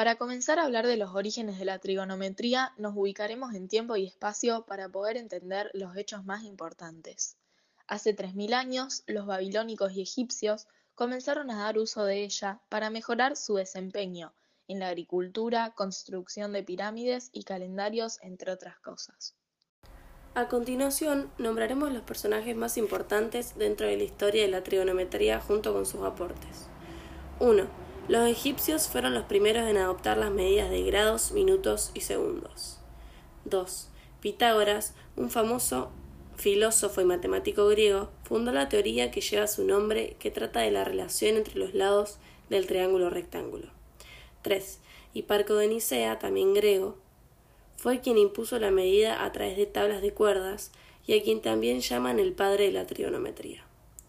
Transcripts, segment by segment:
Para comenzar a hablar de los orígenes de la trigonometría, nos ubicaremos en tiempo y espacio para poder entender los hechos más importantes. Hace 3000 años, los babilónicos y egipcios comenzaron a dar uso de ella para mejorar su desempeño en la agricultura, construcción de pirámides y calendarios, entre otras cosas. A continuación, nombraremos los personajes más importantes dentro de la historia de la trigonometría junto con sus aportes. 1. Los egipcios fueron los primeros en adoptar las medidas de grados, minutos y segundos. 2. Pitágoras, un famoso filósofo y matemático griego, fundó la teoría que lleva su nombre, que trata de la relación entre los lados del triángulo rectángulo. 3. Hiparco de Nicea, también griego, fue quien impuso la medida a través de tablas de cuerdas y a quien también llaman el padre de la trigonometría.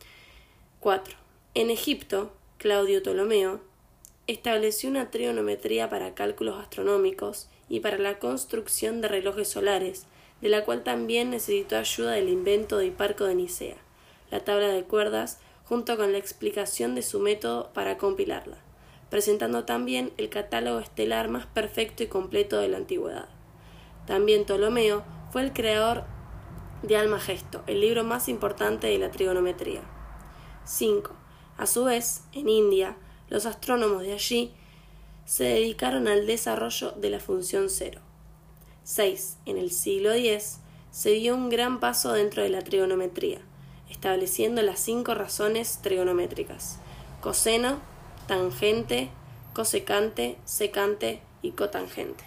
4. En Egipto, Claudio Ptolomeo estableció una trigonometría para cálculos astronómicos y para la construcción de relojes solares, de la cual también necesitó ayuda del invento de Hiparco de Nicea, la tabla de cuerdas, junto con la explicación de su método para compilarla, presentando también el catálogo estelar más perfecto y completo de la antigüedad. También Ptolomeo fue el creador de Almagesto, el libro más importante de la trigonometría. 5. A su vez, en India, los astrónomos de allí se dedicaron al desarrollo de la función cero. 6. En el siglo X se dio un gran paso dentro de la trigonometría, estableciendo las 5 razones trigonométricas: coseno, tangente, cosecante, secante y cotangente.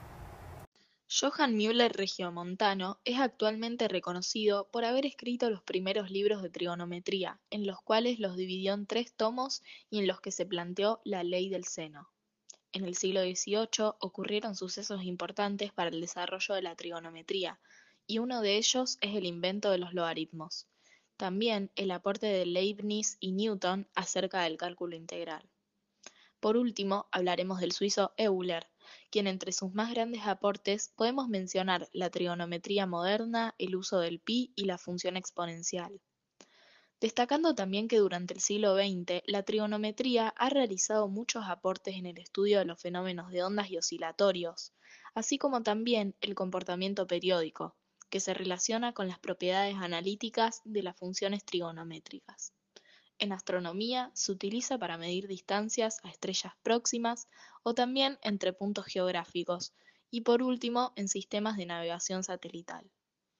Johann Müller Regiomontano es actualmente reconocido por haber escrito los primeros libros de trigonometría, en los cuales los dividió en 3 tomos y en los que se planteó la ley del seno. En el siglo XVIII ocurrieron sucesos importantes para el desarrollo de la trigonometría, y uno de ellos es el invento de los logaritmos. También el aporte de Leibniz y Newton acerca del cálculo integral. Por último, hablaremos del suizo Euler, quien entre sus más grandes aportes podemos mencionar la trigonometría moderna, el uso del pi y la función exponencial. Destacando también que durante el siglo XX la trigonometría ha realizado muchos aportes en el estudio de los fenómenos de ondas y oscilatorios, así como también el comportamiento periódico, que se relaciona con las propiedades analíticas de las funciones trigonométricas. En astronomía se utiliza para medir distancias a estrellas próximas o también entre puntos geográficos, y por último en sistemas de navegación satelital.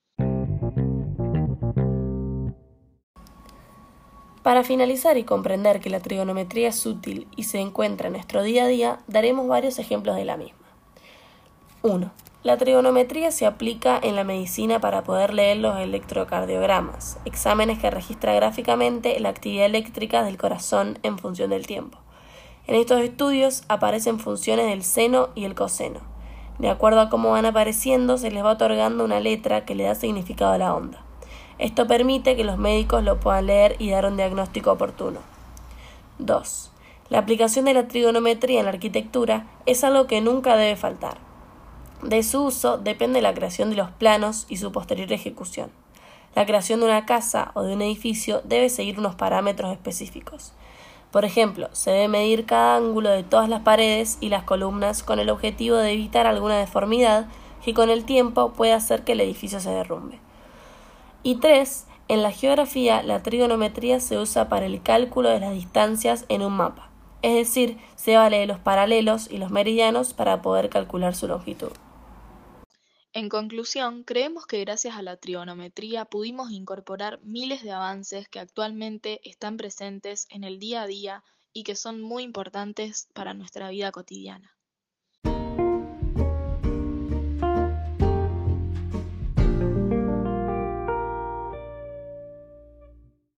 Para finalizar y comprender que la trigonometría es útil y se encuentra en nuestro día a día, daremos varios ejemplos de la misma. 1. La trigonometría se aplica en la medicina para poder leer los electrocardiogramas, exámenes que registra gráficamente la actividad eléctrica del corazón en función del tiempo. En estos estudios aparecen funciones del seno y el coseno. De acuerdo a cómo van apareciendo, se les va otorgando una letra que le da significado a la onda. Esto permite que los médicos lo puedan leer y dar un diagnóstico oportuno. 2. La aplicación de la trigonometría en la arquitectura es algo que nunca debe faltar. De su uso depende la creación de los planos y su posterior ejecución. La creación de una casa o de un edificio debe seguir unos parámetros específicos. Por ejemplo, se debe medir cada ángulo de todas las paredes y las columnas con el objetivo de evitar alguna deformidad que con el tiempo puede hacer que el edificio se derrumbe. Y 3. En la geografía, la trigonometría se usa para el cálculo de las distancias en un mapa. Es decir, se vale de los paralelos y los meridianos para poder calcular su longitud. En conclusión, creemos que gracias a la trigonometría pudimos incorporar miles de avances que actualmente están presentes en el día a día y que son muy importantes para nuestra vida cotidiana.